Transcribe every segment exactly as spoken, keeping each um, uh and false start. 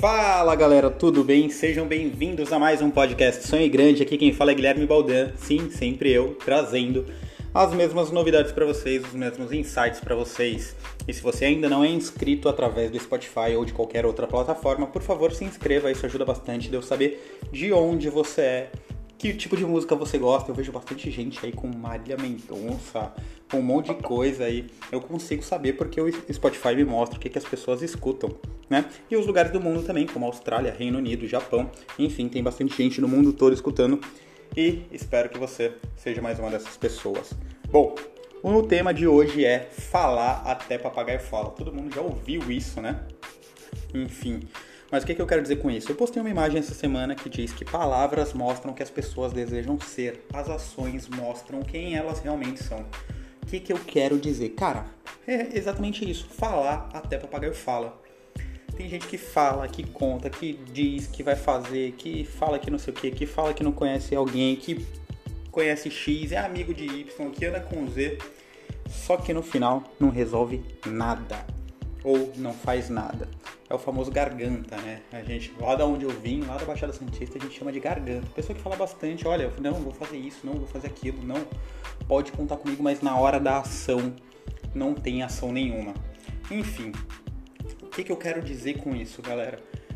Fala galera, tudo bem? Sejam bem-vindos a mais um podcast Sonho Grande. Aqui quem fala é Guilherme Baldan, sim, sempre eu, trazendo as mesmas novidades para vocês, os mesmos insights para vocês. E se você ainda não é inscrito através do Spotify ou de qualquer outra plataforma, por favor se inscreva, isso ajuda bastante de eu saber de onde você é, que tipo de música você gosta. Eu vejo bastante gente aí com Marília Mendonça, com um monte de coisa aí. Eu consigo saber porque o Spotify me mostra o que, que as pessoas escutam, né? E os lugares do mundo também, como Austrália, Reino Unido, Japão. Enfim, tem bastante gente no mundo todo escutando. E espero que você seja mais uma dessas pessoas. Bom, o tema de hoje é falar até papagaio fala. Todo mundo já ouviu isso, né? Enfim... Mas o que, que eu quero dizer com isso? Eu postei uma imagem essa semana que diz que palavras mostram o que as pessoas desejam ser. As ações mostram quem elas realmente são. O que, que eu quero dizer? Cara, é exatamente isso. Falar até papagaio fala. Tem gente que fala, que conta, que diz, que vai fazer, que fala que não sei o que, que fala que não conhece alguém, que conhece X, é amigo de Y, que anda com Z. Só que no final não resolve nada. Ou não faz nada. É o famoso garganta, né? A gente, lá da onde eu vim, lá da Baixada Santista, a gente chama de garganta. Pessoa que fala bastante, olha, não, vou fazer isso, não, vou fazer aquilo, não. Pode contar comigo, mas na hora da ação, não tem ação nenhuma. Enfim, o que, que eu quero dizer com isso, galera?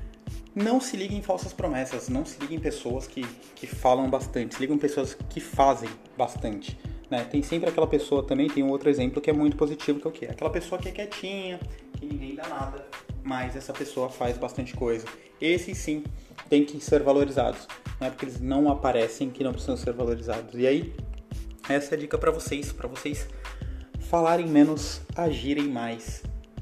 Não se liguem em falsas promessas, não se liguem em pessoas que, que falam bastante, se ligam em pessoas que fazem bastante. Né? Tem sempre aquela pessoa também, tem um outro exemplo que é muito positivo, que é o quê? Aquela pessoa que é quietinha, que ninguém dá nada, mas essa pessoa faz bastante coisa. Esses sim tem que ser valorizados, né? Porque eles não aparecem que não precisam ser valorizados. E aí, essa é a dica para vocês, para vocês falarem menos, agirem mais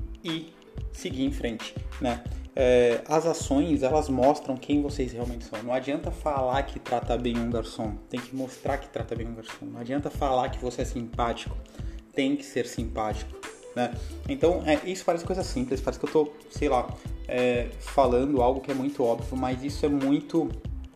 e seguir em frente, né? É, as ações, elas mostram quem vocês realmente são. Não adianta falar que trata bem um garçom, tem que mostrar que trata bem um garçom. Não adianta falar que você é simpático, tem que ser simpático, né? Então, é, isso parece coisa simples, parece que eu tô, sei lá, é, falando algo que é muito óbvio, mas isso é muito...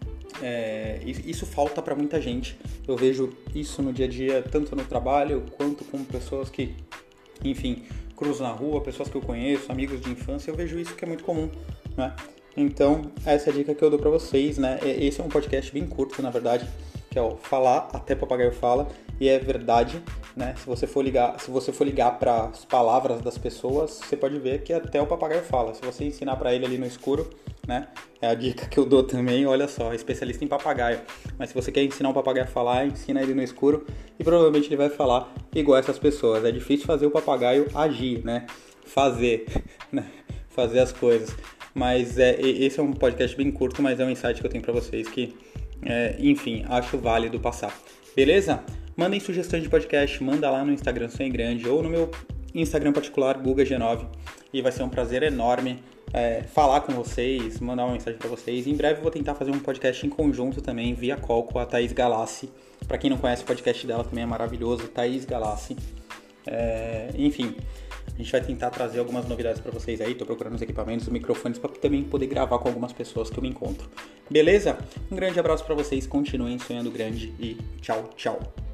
É, isso falta pra muita gente. Eu vejo isso no dia a dia, tanto no trabalho, quanto com pessoas que, enfim... cruzo na rua, pessoas que eu conheço, amigos de infância, eu vejo isso que é muito comum, né? Então, essa é a dica que eu dou pra vocês, né? Esse é um podcast bem curto, na verdade, que é o falar até papagaio fala, e é verdade, né? Se você for ligar, se você for ligar para as palavras das pessoas, você pode ver que até o papagaio fala. Se você ensinar para ele ali no escuro, né? É a dica que eu dou também, olha só, especialista em papagaio. Mas se você quer ensinar um papagaio a falar, ensina ele no escuro e provavelmente ele vai falar igual essas pessoas. É difícil fazer o papagaio agir, né? Fazer, né? Fazer as coisas. Mas é, esse é um podcast bem curto, mas é um insight que eu tenho pra vocês que, é, enfim, acho válido passar. Beleza? Mandem sugestões de podcast, manda lá no Instagram Sonho Grande ou no meu Instagram particular, Guga G nove. E vai ser um prazer enorme é, falar com vocês, mandar uma mensagem pra vocês. Em breve eu vou tentar fazer um podcast em conjunto também, via call com a Thaís Galassi. Pra quem não conhece, o podcast dela também é maravilhoso, Thaís Galassi. É, enfim... A gente vai tentar trazer algumas novidades para vocês aí. Tô procurando os equipamentos, os microfones para também poder gravar com algumas pessoas que eu me encontro. Beleza? Um grande abraço para vocês, continuem sonhando grande e tchau, tchau.